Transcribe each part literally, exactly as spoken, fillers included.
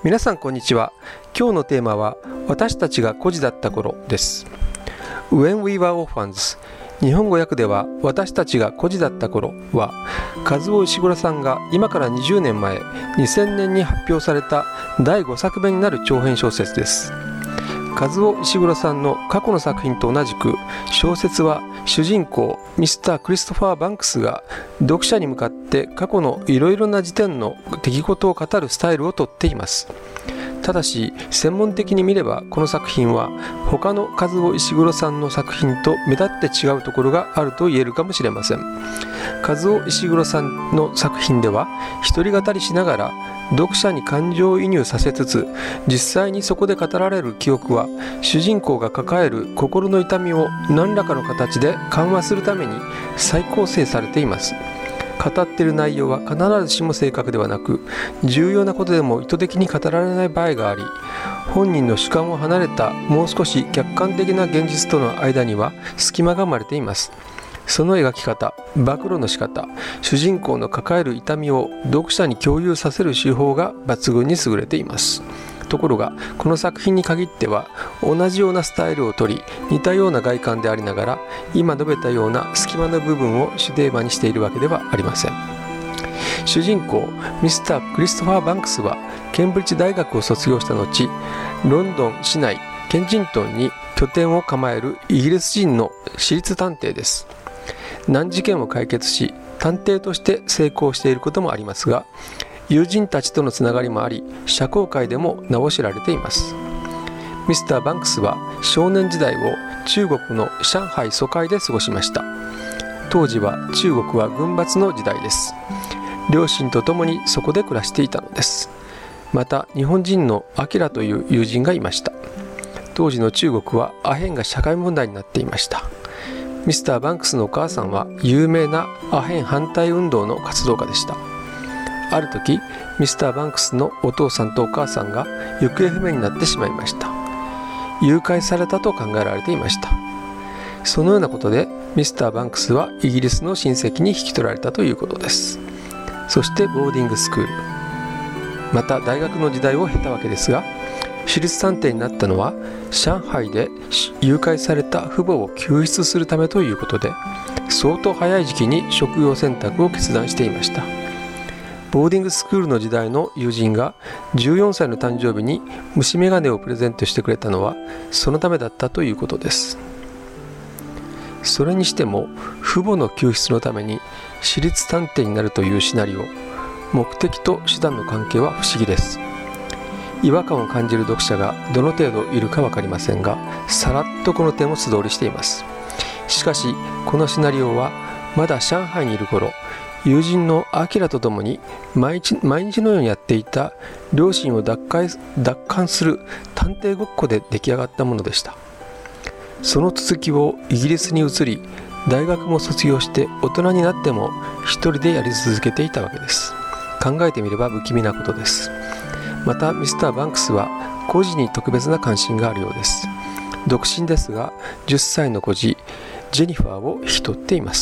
皆さんこんにちは。今日のテーマは私たちが孤児だった頃です。 When we were orphans、 日本語訳では私たちが孤児だった頃は、和尾石黒さんが今からにじゅうねんまえにせんねんに発表されただいごさくめになる長編小説です。和尾石黒さんの過去の作品と同じく、小説は主人公ミスター・クリストファー・バンクスが読者に向かって過去のいろいろな時点の出来事を語るスタイルをとっています。ただし専門的に見れば、この作品は他の和尾石黒さんの作品と目立って違うところがあると言えるかもしれません。和尾石黒さんの作品では一人語りしながら読者に感情移入させつつ、実際にそこで語られる記憶は主人公が抱える心の痛みを何らかの形で緩和するために再構成されています。語っている内容は必ずしも正確ではなく、重要なことでも意図的に語られない場合があり、本人の主観を離れたもう少し客観的な現実との間には隙間が生まれています。その描き方、暴露の仕方、主人公の抱える痛みを読者に共有させる手法が抜群に優れています。ところがこの作品に限っては同じようなスタイルをとり、似たような外観でありながら、今述べたような隙間の部分を主テーマにしているわけではありません。主人公ミスター・クリストファー・バンクスはケンブリッジ大学を卒業した後、ロンドン市内ケンジントンに拠点を構えるイギリス人の私立探偵です。難事件を解決し探偵として成功していることもありますが、友人たちとのつながりもあり、社交界でも名を知られています。ミスター・バンクスは少年時代を中国の上海租界で過ごしました。当時は中国は軍閥の時代です。両親と共にそこで暮らしていたのです。また日本人のアキラという友人がいました。当時の中国はアヘンが社会問題になっていました。ミスター・バンクスのお母さんは有名なアヘン反対運動の活動家でした。ある時、ミスター・バンクスのお父さんとお母さんが行方不明になってしまいました。誘拐されたと考えられていました。そのようなことでミスター・バンクスはイギリスの親戚に引き取られたということです。そしてボーディングスクール、また大学の時代を経たわけですが、私立探偵になったのは上海で誘拐された父母を救出するためということで、相当早い時期に職業選択を決断していました。ボーディングスクールの時代の友人がじゅうよんさいの誕生日に虫眼鏡をプレゼントしてくれたのはそのためだったということです。それにしても父母の救出のために私立探偵になるというシナリオ、目的と手段の関係は不思議です。違和感を感じる読者がどの程度いるか分かりませんが、さらっとこの点を素通りしています。しかしこのシナリオはまだ上海にいる頃、友人のアキラと共に毎日、毎日のようにやっていた両親を奪回、奪還する探偵ごっこで出来上がったものでした。その続きをイギリスに移り、大学も卒業して大人になっても一人でやり続けていたわけです。考えてみれば不気味なことです。またミスター・バンクスは孤児に特別な関心があるようです。独身ですがじゅっさいの孤児ジェニファーを引き取っています。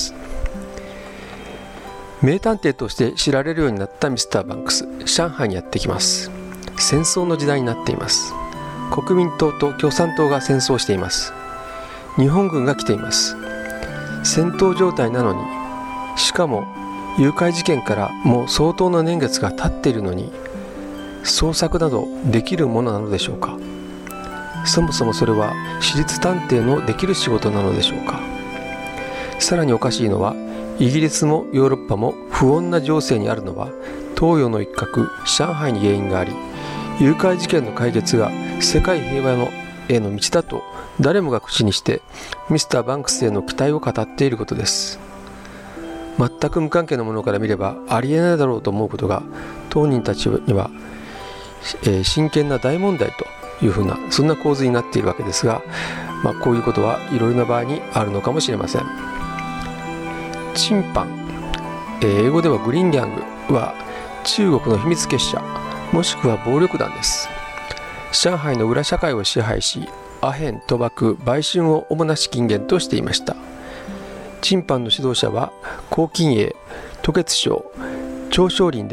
名探偵として知られるようになったミスター・バンクス、上海にやってきます。戦争の時代になっています。国民党と共産党が戦争しています。日本軍が来ています。戦闘状態なのに、しかも誘拐事件からもう相当な年月が経っているのに、捜索などできるものなのでしょうか。そもそもそれは私立探偵のできる仕事なのでしょうか。さらにおかしいのは、イギリスもヨーロッパも不穏な情勢にあるのは東洋の一角上海に原因があり、誘拐事件の解決が世界平和のへの道だと誰もが口にしてミスター・バンクスへの期待を語っていることです。全く無関係なものから見ればありえないだろうと思うことが、当人たちには、えー、真剣な大問題というふうな、そんな構図になっているわけですが、まあ、こういうことはいろいろな場合にあるのかもしれません。チンパン、えー、英語ではグリーンギャングは中国の秘密結社、もしくは暴力団です。上海の裏社会を支配し、アヘン、賭博、売春を主な資金源としていました。チンパンの指導者は黄金英、渡月省、長少林で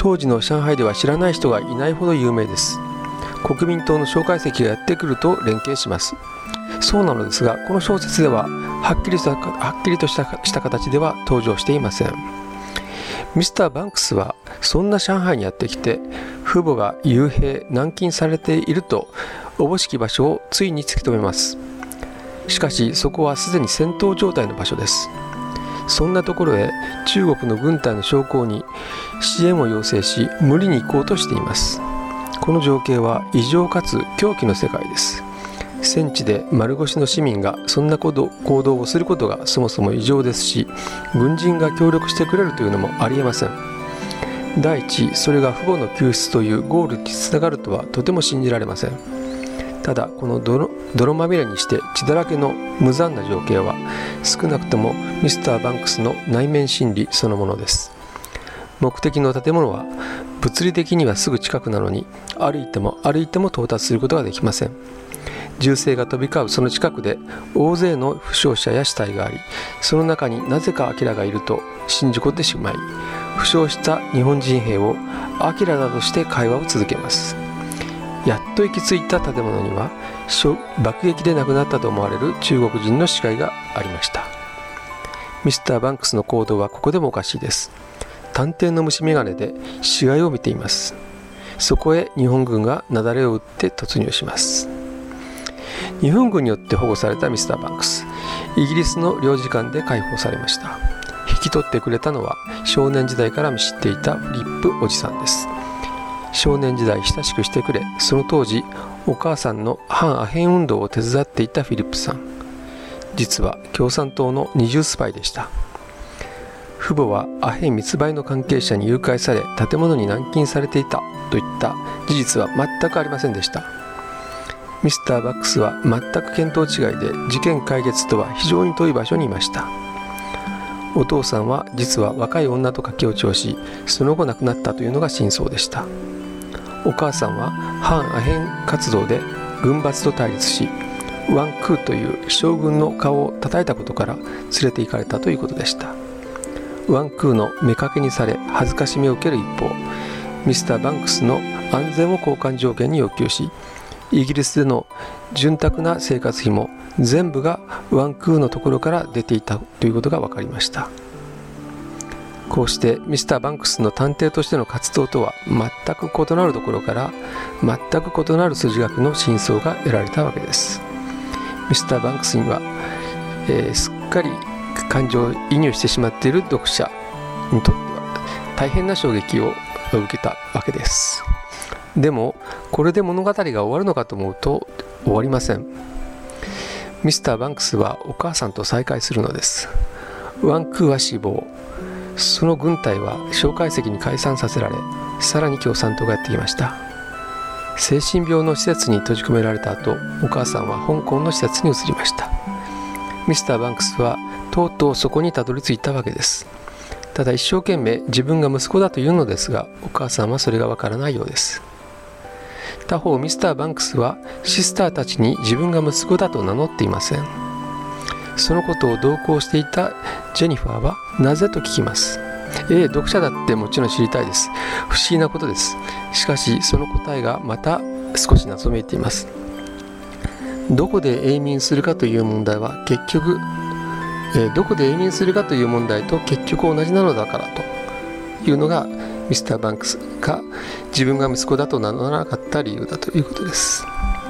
当時の上海では知らない人がいないほど有名です。国民党の蒋介石がやってくると連携します。そうなのですが、この小説でははっきりとした、はっきりとしたした形では登場していません。ミスターバンクスはそんな上海にやってきて、父母が幽閉軟禁されているとおぼしき場所をついに突き止めます。しかしそこはすでに戦闘状態の場所です。そんなところへ中国の軍隊の将校に支援を要請し、無理に行こうとしています。この情景は異常かつ狂気の世界です。戦地で丸腰の市民がそんな行動をすることがそもそも異常ですし、軍人が協力してくれるというのもありえません。第一、それが父母の救出というゴールにつながるとはとても信じられません。ただこの 泥, 泥まみれにして血だらけの無残な情景は、少なくともミスターバンクスの内面心理そのものです。目的の建物は物理的にはすぐ近くなのに、歩いても歩いても到達することができません。銃声が飛び交うその近くで大勢の負傷者や死体があり、その中になぜかアキラがいると信じ込んでしまい、負傷した日本人兵をアキラだとして会話を続けます。やっと行き着いた建物には、爆撃で亡くなったと思われる中国人の死骸がありました。ミスターバンクスの行動はここでもおかしいです。探偵の虫眼鏡で死骸を見ています。そこへ日本軍が雪崩を打って突入します。日本軍によって保護されたミスターバンクス、イギリスの領事館で解放されました。引き取ってくれたのは少年時代から見知っていたフリップおじさんです。少年時代親しくしてくれ、その当時お母さんの反アヘン運動を手伝っていたフィリップさん、実は共産党の二重スパイでした。父母はアヘン密売の関係者に誘拐され、建物に軟禁されていたといった事実は全くありませんでした。ミスターバックスは全く見当違いで、事件解決とは非常に遠い場所にいました。お父さんは実は若い女と駆け落ちをし、その後亡くなったというのが真相でした。お母さんは反アヘン活動で軍閥と対立し、ワンクーという将軍の顔を叩いたことから連れて行かれたということでした。ワンクーの目かけにされ恥ずかしみを受ける一方、ミスターバンクスの安全を交換条件に要求し、イギリスでの潤沢な生活費も全部がワンクーのところから出ていたということが分かりました。こうしてミスターバンクスの探偵としての活動とは全く異なるところから全く異なる筋書きの真相が得られたわけです。ミスターバンクスには、えー、すっかり感情移入してしまっている読者にとっては大変な衝撃を受けたわけです。でもこれで物語が終わるのかと思うと終わりません。ミスターバンクスはお母さんと再会するのです。ワンクーは死亡、その軍隊は蒋介石に解散させられ、さらに共産党がやってきました。精神病の施設に閉じ込められた後、お母さんは香港の施設に移りました。ミスターバンクスはとうとうそこにたどり着いたわけです。ただ一生懸命自分が息子だというのですが、お母さんはそれがわからないようです。他方ミスターバンクスはシスターたちに自分が息子だと名乗っていません。そのことを同行していたジェニファーはなぜと聞きます。ええ、読者だってもちろん知りたいです。不思議なことです。しかしその答えがまた少し謎めいています。どこで永眠するかという問題は結局、えー、どこで永眠するかという問題と結局同じなのだからというのがミスターバンクスが自分が息子だと名乗らなかった理由だということです。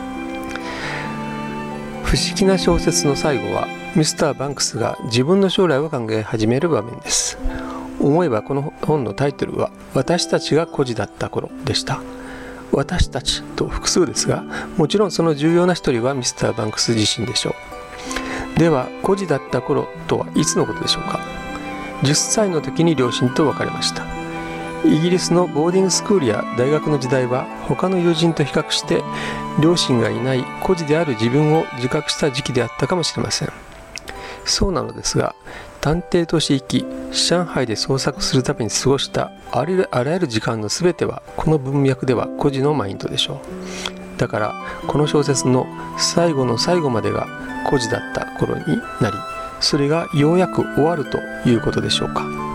不思議な小説の最後はミスターバンクスが自分の将来を考え始める場面です。思えばこの本のタイトルは私たちが孤児だった頃でした。私たちと複数ですが、もちろんその重要な一人はミスターバンクス自身でしょう。では孤児だった頃とはいつのことでしょうか。じゅっさいの時に両親と別れました。イギリスのボーディングスクールや大学の時代は他の友人と比較して両親がいない孤児である自分を自覚した時期であったかもしれません。そうなのですが、探偵として生き上海で捜索するために過ごしたあらゆる時間のすべてはこの文脈では孤児のマインドでしょう。だからこの小説の最後の最後までが孤児だった頃になり、それがようやく終わるということでしょうか。